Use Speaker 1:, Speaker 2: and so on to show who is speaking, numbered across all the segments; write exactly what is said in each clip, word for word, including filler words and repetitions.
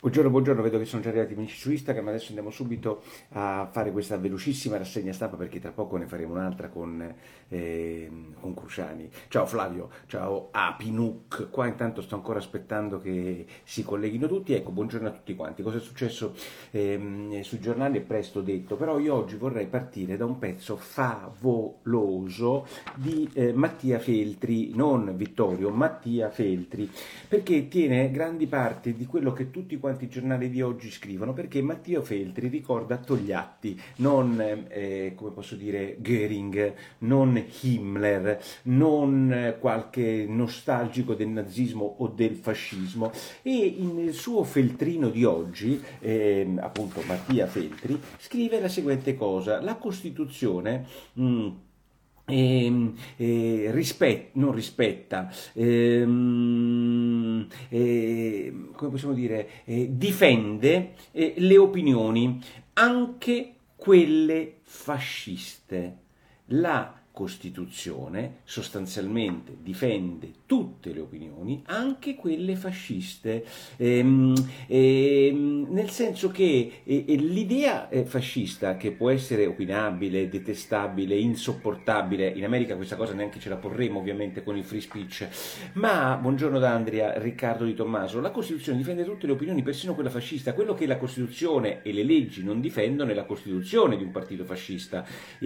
Speaker 1: Buongiorno, buongiorno, vedo che sono già arrivati amici su Instagram, adesso andiamo subito a fare questa velocissima rassegna stampa perché tra poco ne faremo un'altra con, eh, con Cruciani. Ciao Flavio, ciao Apinuk, qua intanto sto ancora aspettando che si colleghino tutti, ecco, buongiorno a tutti quanti. Cosa è successo ehm, sui giornali è presto detto, però io oggi vorrei partire da un pezzo favoloso di eh, Mattia Feltri, non Vittorio, Mattia Feltri, perché tiene grandi parti di quello che tutti quanti i giornali di oggi scrivono, perché Mattia Feltri ricorda Togliatti, non, eh, come posso dire, Göring, non Himmler, non eh, qualche nostalgico del nazismo o del fascismo, e nel suo Feltrino di oggi, eh, appunto Mattia Feltri, scrive la seguente cosa: la Costituzione mh, E, e rispet- non rispetta, ehm, eh, come possiamo dire, eh, difende eh, le opinioni, anche quelle fasciste. La Costituzione sostanzialmente difende tutte le opinioni, anche quelle fasciste, ehm, ehm, nel senso che eh, l'idea eh, fascista, che può essere opinabile, detestabile, insopportabile, in America questa cosa neanche ce la porremo ovviamente con il free speech, ma, buongiorno da Andrea, Riccardo Di Tommaso, la Costituzione difende tutte le opinioni, persino quella fascista. Quello che la Costituzione e le leggi non difendono è la costituzione di un partito fascista,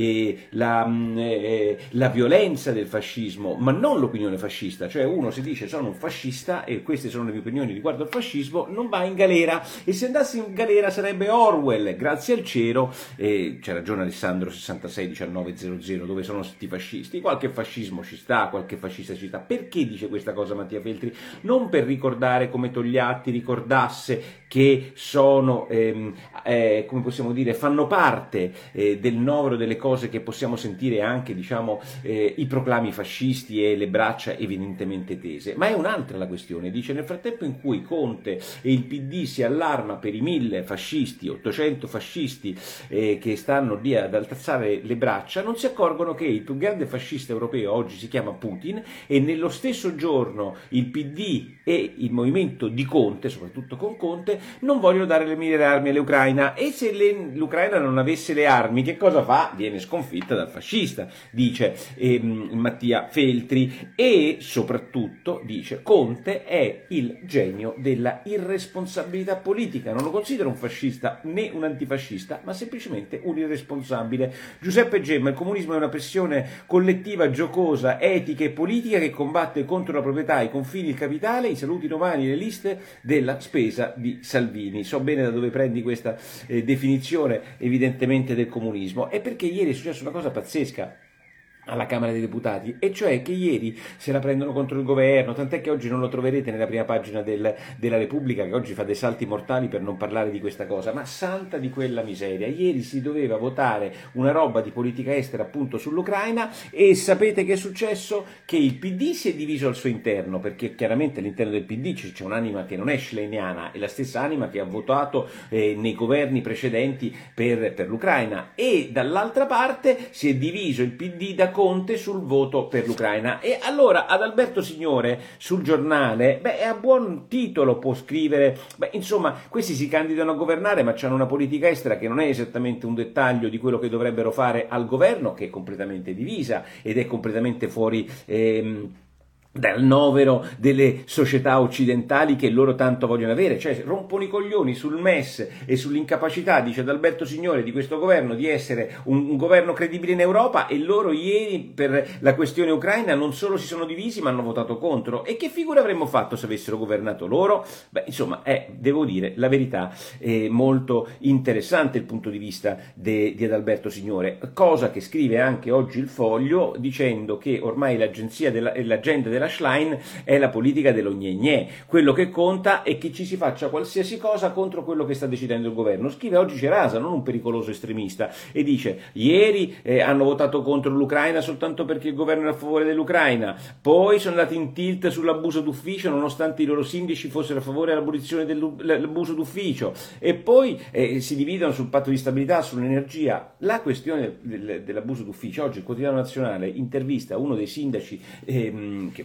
Speaker 1: e la... Eh, la violenza del fascismo, ma non l'opinione fascista. Cioè uno si dice sono un fascista e queste sono le mie opinioni riguardo al fascismo, non va in galera, e se andasse in galera sarebbe Orwell, grazie al cielo. Eh, c'è ragione Alessandro sessantasei diciannove zero zero, dove sono stati fascisti, qualche fascismo ci sta, qualche fascista ci sta. Perché dice questa cosa Mattia Feltri? Non per ricordare come Togliatti ricordasse che sono, ehm, eh, come possiamo dire, fanno parte eh, del novero delle cose che possiamo sentire anche, diciamo, eh, i proclami fascisti e le braccia evidentemente tese, ma è un'altra la questione. Dice: nel frattempo in cui Conte e il P D si allarma per i mille fascisti, ottocento fascisti eh, che stanno lì ad alzare le braccia, non si accorgono che il più grande fascista europeo oggi si chiama Putin, e nello stesso giorno il P D e il movimento di Conte, soprattutto con Conte, non vogliono dare le mille armi all'Ucraina, e se le, l'Ucraina non avesse le armi, che cosa fa? Viene sconfitta dal fascista, dice ehm, Mattia Feltri. E soprattutto dice: Conte è il genio della irresponsabilità politica, non lo considero un fascista né un antifascista, ma semplicemente un irresponsabile. Giuseppe Gemma: il comunismo è una pressione collettiva, giocosa, etica e politica che combatte contro la proprietà, i confini, il capitale, i saluti romani, le liste della spesa di Salvini. So bene da dove prendi questa eh, definizione evidentemente del comunismo, è perché ieri è successa una cosa pazzesca alla Camera dei Deputati, e cioè che ieri se la prendono contro il governo, tant'è che oggi non lo troverete nella prima pagina del, della Repubblica, che oggi fa dei salti mortali per non parlare di questa cosa, ma santa di quella miseria. Ieri si doveva votare una roba di politica estera appunto sull'Ucraina, e sapete che è successo? Che il P D si è diviso al suo interno, perché chiaramente all'interno del P D c'è un'anima che non è schleiniana, è la stessa anima che ha votato eh, nei governi precedenti per, per l'Ucraina, e dall'altra parte si è diviso il P D da Conte sul voto per l'Ucraina. E allora ad Alberto Signore sul giornale, beh, a buon titolo può scrivere, beh, insomma, questi si candidano a governare ma hanno una politica estera che non è esattamente un dettaglio di quello che dovrebbero fare al governo, che è completamente divisa ed è completamente fuori ehm, dal novero delle società occidentali che loro tanto vogliono avere. Cioè rompono i coglioni sul M E S e sull'incapacità, dice Adalberto Signore, di questo governo di essere un, un governo credibile in Europa, e loro ieri per la questione ucraina non solo si sono divisi ma hanno votato contro. E che figura avremmo fatto se avessero governato loro? Beh, insomma, è, devo dire la verità, è molto interessante il punto di vista de, di Adalberto Signore, cosa che scrive anche oggi il Foglio, dicendo che ormai l'agenzia della, l'agenda della Schlein è la politica dell'ognegnè. Quello che conta è che ci si faccia qualsiasi cosa contro quello che sta decidendo il governo. Scrive oggi Cerasa, non un pericoloso estremista, e dice: ieri eh, hanno votato contro l'Ucraina soltanto perché il governo era a favore dell'Ucraina, poi sono andati in tilt sull'abuso d'ufficio nonostante i loro sindaci fossero a favore dell'abolizione dell'abuso d'ufficio, e poi eh, si dividono sul patto di stabilità, sull'energia. La questione del, dell'abuso d'ufficio, oggi il Quotidiano Nazionale intervista uno dei sindaci ehm, che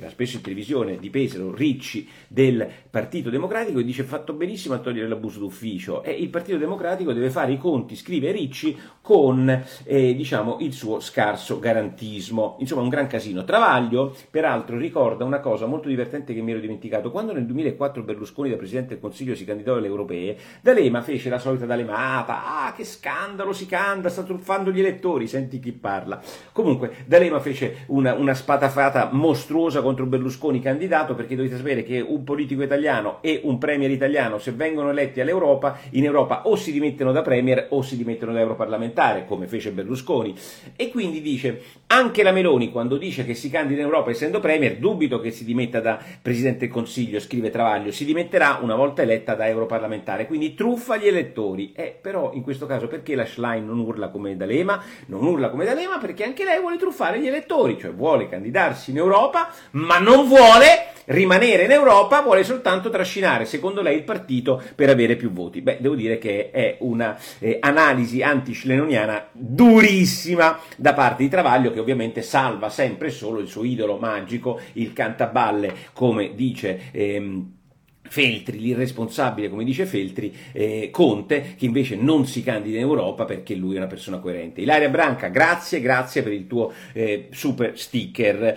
Speaker 1: va spesso in televisione, di Pesaro, Ricci del Partito Democratico, e dice fatto benissimo a togliere l'abuso d'ufficio, e il Partito Democratico deve fare i conti, scrive Ricci, con eh, diciamo il suo scarso garantismo. Insomma, un gran casino. Travaglio peraltro ricorda una cosa molto divertente che mi ero dimenticato: quando nel duemilaquattro Berlusconi da Presidente del Consiglio si candidò alle europee, D'Alema fece la solita dalemata: ah, che scandalo, si canda, sta truffando gli elettori, senti chi parla. Comunque D'Alema fece una, una spatafata mostruosa contro Berlusconi candidato, perché dovete sapere che un politico italiano e un premier italiano, se vengono eletti all'Europa, in Europa o si dimettono da premier o si dimettono da europarlamentare, come fece Berlusconi. E quindi dice, anche la Meloni quando dice che si candida in Europa essendo premier, dubito che si dimetta da Presidente del Consiglio, scrive Travaglio, si dimetterà una volta eletta da europarlamentare, quindi truffa gli elettori. Eh, però in questo caso perché la Schlein non urla come D'Alema? Non urla come D'Alema perché anche lei vuole truffare gli elettori, cioè vuole candidarsi in Europa ma non vuole rimanere in Europa, vuole soltanto trascinare secondo lei il partito per avere più voti. Beh, devo dire che è una eh, analisi anti-schlenoniana durissima da parte di Travaglio, che ovviamente salva sempre e solo il suo idolo magico, il cantaballe, come dice ehm, Feltri, l'irresponsabile, come dice Feltri, eh, Conte, che invece non si candida in Europa perché lui è una persona coerente. Ilaria Branca, grazie, grazie per il tuo eh, super sticker.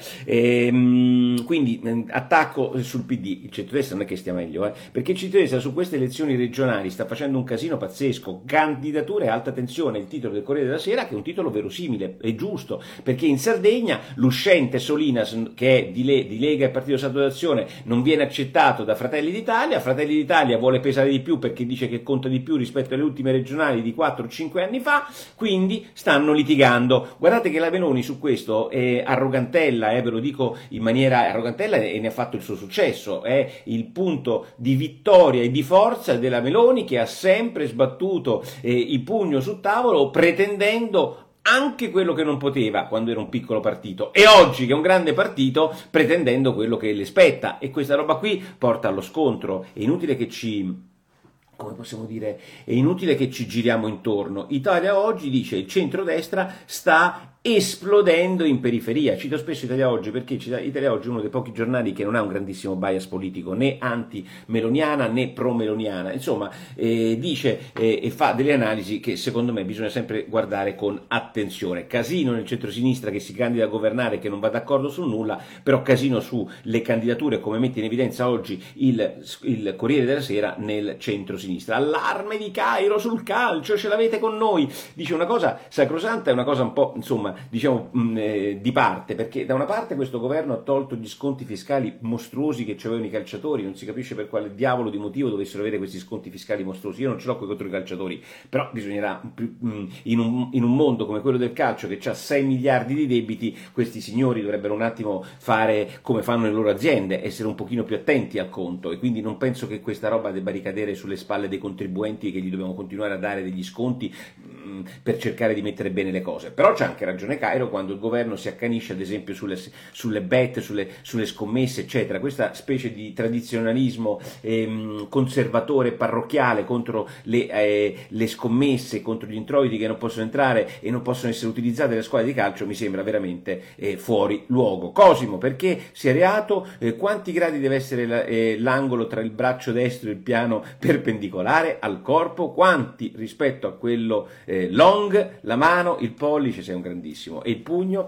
Speaker 1: Ehm, quindi eh, attacco sul P D, il centrodestra non è che stia meglio, eh, perché il centrodestra su queste elezioni regionali sta facendo un casino pazzesco, candidature a alta tensione, il titolo del Corriere della Sera, che è un titolo verosimile, è giusto, perché in Sardegna l'uscente Solinas, che è di, Le- di Lega e Partito Sardo d'Azione, non viene accettato da Fratelli d'Italia. Fratelli d'Italia vuole pesare di più perché dice che conta di più rispetto alle ultime regionali di quattro cinque anni fa, quindi stanno litigando. Guardate che la Meloni su questo è arrogantella, eh, ve lo dico in maniera arrogantella, e ne ha fatto il suo successo, è il punto di vittoria e di forza della Meloni, che ha sempre sbattuto eh, il pugno sul tavolo pretendendo anche quello che non poteva quando era un piccolo partito, e oggi che è un grande partito pretendendo quello che le spetta, e questa roba qui porta allo scontro. È inutile che ci, come possiamo dire, è inutile che ci giriamo intorno. Italia Oggi dice il centrodestra sta esplodendo in periferia. Cito spesso Italia Oggi perché Italia Oggi è uno dei pochi giornali che non ha un grandissimo bias politico, né anti-meloniana né pro-meloniana, insomma eh, dice eh, e fa delle analisi che secondo me bisogna sempre guardare con attenzione. Casino nel centrosinistra che si candida a governare, che non va d'accordo su nulla, però casino sulle candidature, come mette in evidenza oggi il, il Corriere della Sera, nel centrosinistra. Allarme di Cairo sul calcio, ce l'avete con noi, dice una cosa sacrosanta e una cosa un po', insomma, diciamo mh, eh, di parte, perché da una parte questo governo ha tolto gli sconti fiscali mostruosi che avevano i calciatori, non si capisce per quale diavolo di motivo dovessero avere questi sconti fiscali mostruosi. Io non ce l'ho contro i calciatori, però bisognerà mh, in, un, in un mondo come quello del calcio che ha sei miliardi di debiti, questi signori dovrebbero un attimo fare come fanno le loro aziende, essere un pochino più attenti al conto, e quindi non penso che questa roba debba ricadere sulle spalle dei contribuenti, che gli dobbiamo continuare a dare degli sconti mh, per cercare di mettere bene le cose. Però c'è anche ragione Cairo quando il governo si accanisce ad esempio sulle, sulle bet, sulle, sulle scommesse eccetera, questa specie di tradizionalismo ehm, conservatore parrocchiale contro le, eh, le scommesse, contro gli introiti che non possono entrare e non possono essere utilizzati dalle squadre di calcio, mi sembra veramente eh, fuori luogo. Cosimo, perché si è reato? Eh, quanti gradi deve essere la, eh, l'angolo tra il braccio destro e il piano perpendicolare al corpo? Quanti rispetto a quello eh, long? La mano, il pollice, sei un grandissimo, e il pugno.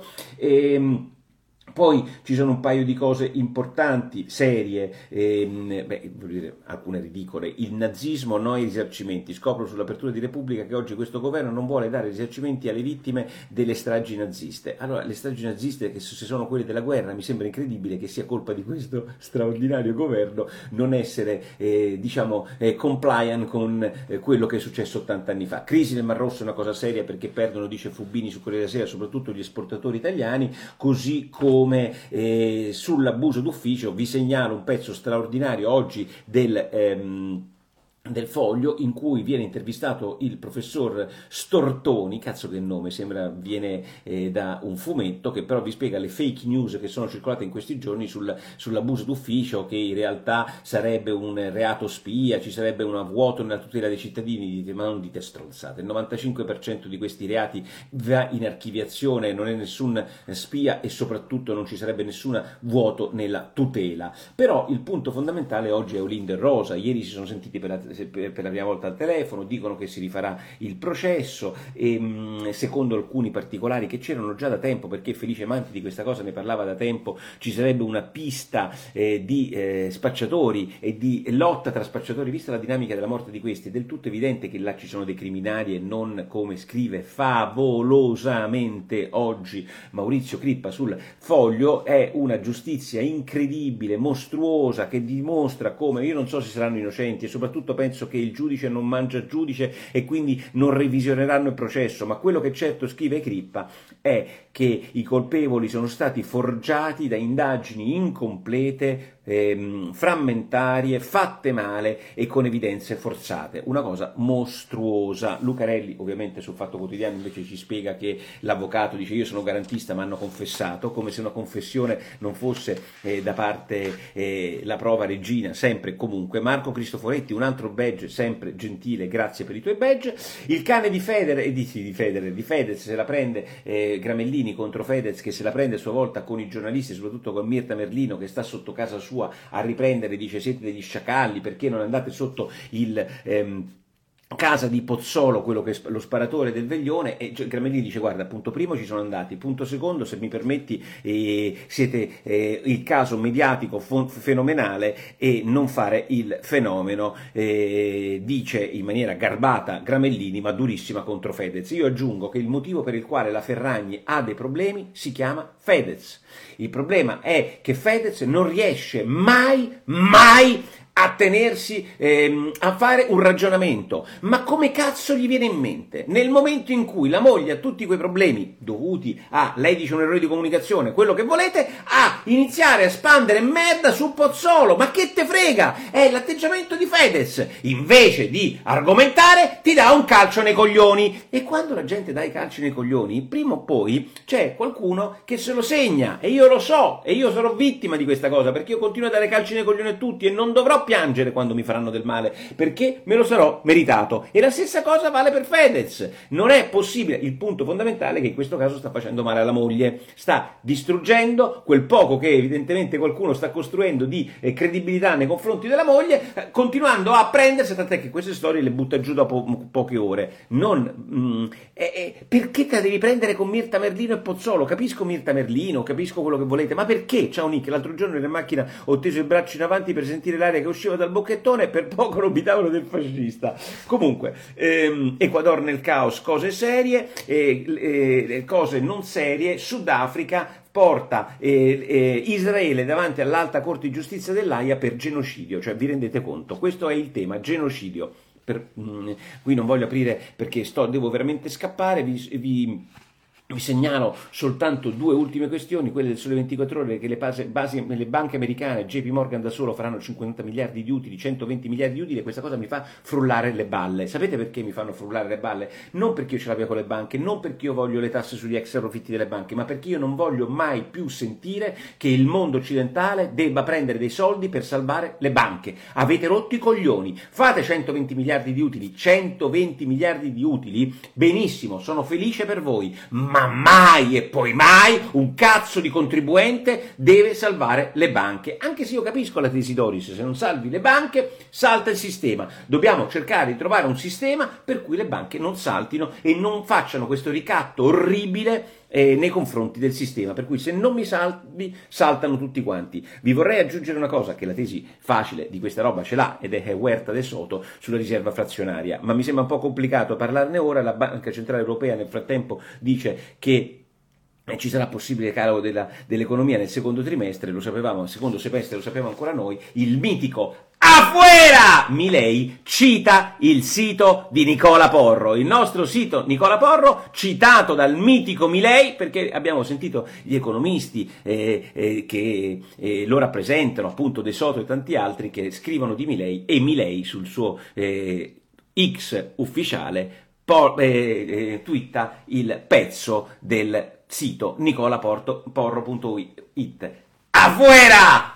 Speaker 1: E poi ci sono un paio di cose importanti, serie, ehm, beh, voglio dire, alcune ridicole. Il nazismo, no ai risarcimenti. Scopro sull'apertura di Repubblica che oggi questo governo non vuole dare risarcimenti alle vittime delle stragi naziste. Allora, le stragi naziste, che se sono quelle della guerra, mi sembra incredibile che sia colpa di questo straordinario governo non essere, eh, diciamo, eh, compliant con eh, quello che è successo ottanta anni fa. Crisi nel Mar Rosso è una cosa seria, perché perdono, dice Fubini su Corriere della Sera, soprattutto gli esportatori italiani, così come Come eh, sull'abuso d'ufficio vi segnalo un pezzo straordinario oggi del ehm, del Foglio, in cui viene intervistato il professor Stortoni, cazzo che nome, sembra viene eh, da un fumetto, che però vi spiega le fake news che sono circolate in questi giorni sul, sull'abuso d'ufficio, che in realtà sarebbe un reato spia, ci sarebbe un vuoto nella tutela dei cittadini. Dite, ma non dite stronzate, il novantacinque per cento di questi reati va in archiviazione, non è nessun spia e soprattutto non ci sarebbe nessun vuoto nella tutela. Però il punto fondamentale oggi è Olindo Rosa. Ieri si sono sentiti per la per la prima volta al telefono, dicono che si rifarà il processo e secondo alcuni particolari che c'erano già da tempo, perché Felice Manti di questa cosa ne parlava da tempo, ci sarebbe una pista eh, di eh, spacciatori e di lotta tra spacciatori. Vista la dinamica della morte di questi, è del tutto evidente che là ci sono dei criminali e non, come scrive favolosamente oggi Maurizio Crippa sul Foglio, è una giustizia incredibile, mostruosa, che dimostra come, io non so se saranno innocenti e soprattutto penso che il giudice non mangia giudice e quindi non revisioneranno il processo, ma quello che certo scrive Crippa è che i colpevoli sono stati forgiati da indagini incomplete, ehm, frammentarie, fatte male e con evidenze forzate, una cosa mostruosa. Lucarelli ovviamente sul Fatto Quotidiano invece ci spiega che l'avvocato dice: io sono garantista ma hanno confessato, come se una confessione non fosse eh, da parte eh, la prova regina, sempre e comunque. Marco Cristoforetti, un altro badge, sempre gentile, grazie per i tuoi badge. Il cane di Federer, e di, di Federer, di Fedez se la prende, eh, Gramellini contro Fedez, che se la prende a sua volta con i giornalisti, soprattutto con Mirta Merlino che sta sotto casa sua a riprendere, dice: siete degli sciacalli, perché non andate sotto il... Ehm, casa di Pozzolo, quello che è lo sparatore del veglione. E Gramellini dice: guarda, punto primo ci sono andati, punto secondo, se mi permetti, eh, siete eh, il caso mediatico fenomenale e non fare il fenomeno, eh, dice in maniera garbata Gramellini, ma durissima contro Fedez. Io aggiungo che il motivo per il quale la Ferragni ha dei problemi si chiama Fedez. Il problema è che Fedez non riesce mai, mai a tenersi, ehm, a fare un ragionamento. Ma come cazzo gli viene in mente? Nel momento in cui la moglie ha tutti quei problemi dovuti a, lei dice un errore di comunicazione, quello che volete, a iniziare a spandere merda su Pozzolo. Ma che te frega? È l'atteggiamento di Fedez. Invece di argomentare, ti dà un calcio nei coglioni. E quando la gente dà i calci nei coglioni, prima o poi c'è qualcuno che se lo segna. E io lo so, e io sarò vittima di questa cosa, perché io continuo a dare calci nei coglioni a tutti e non dovrò piangere quando mi faranno del male, perché me lo sarò meritato. E la stessa cosa vale per Fedez. Non è possibile. Il punto fondamentale è che in questo caso sta facendo male alla moglie, sta distruggendo quel poco che evidentemente qualcuno sta costruendo di eh, credibilità nei confronti della moglie, eh, continuando a prendersi, tant'è che queste storie le butta giù dopo po- poche ore. Non mm, eh, eh, perché te la devi prendere con Mirta Merlino e Pozzolo? Capisco Mirta Merlino, capisco quello che volete, ma perché? Ciao Nick, l'altro giorno ero in macchina, ho teso il braccio in avanti per sentire l'aria che usciva dal bocchettone e per poco non abitavano del fascista. Comunque, ehm, Ecuador nel caos, cose serie, eh, eh, cose non serie. Sudafrica porta eh, eh, Israele davanti all'Alta Corte di Giustizia dell'Aia per genocidio. Cioè, vi rendete conto? Questo è il tema, genocidio. Per, mh, qui non voglio aprire perché sto, devo veramente scappare, vi... vi Vi segnalo soltanto due ultime questioni, quelle del Sole ventiquattro Ore, che le, base, basi, le banche americane, J P Morgan da solo, faranno cinquanta miliardi di utili, centoventi miliardi di utili, e questa cosa mi fa frullare le balle. Sapete perché mi fanno frullare le balle? Non perché io ce l'abbia con le banche, non perché io voglio le tasse sugli extra profitti delle banche, ma perché io non voglio mai più sentire che il mondo occidentale debba prendere dei soldi per salvare le banche. Avete rotto i coglioni, fate centoventi miliardi di utili, centoventi miliardi di utili, benissimo, sono felice per voi, ma Ma mai e poi mai un cazzo di contribuente deve salvare le banche. Anche se io capisco la tesi Doris, se non salvi le banche salta il sistema. Dobbiamo cercare di trovare un sistema per cui le banche non saltino e non facciano questo ricatto orribile eh, nei confronti del sistema, per cui se non mi salvi saltano tutti quanti. Vi vorrei aggiungere una cosa, che la tesi facile di questa roba ce l'ha, ed è Huerta de Soto sulla riserva frazionaria, ma mi sembra un po' complicato parlarne ora. La Banca Centrale Europea nel frattempo dice che ci sarà possibile calo della, dell'economia nel secondo trimestre, lo sapevamo, nel secondo semestre lo sapevamo ancora noi. Il mitico Afuera! Milei cita il sito di Nicola Porro, il nostro sito Nicola Porro, citato dal mitico Milei, perché abbiamo sentito gli economisti eh, eh, che eh, lo rappresentano, appunto De Soto e tanti altri, che scrivono di Milei, e Milei sul suo eh, X ufficiale por- eh, eh, twitta il pezzo del sito nicolaporro punto it. Afuera!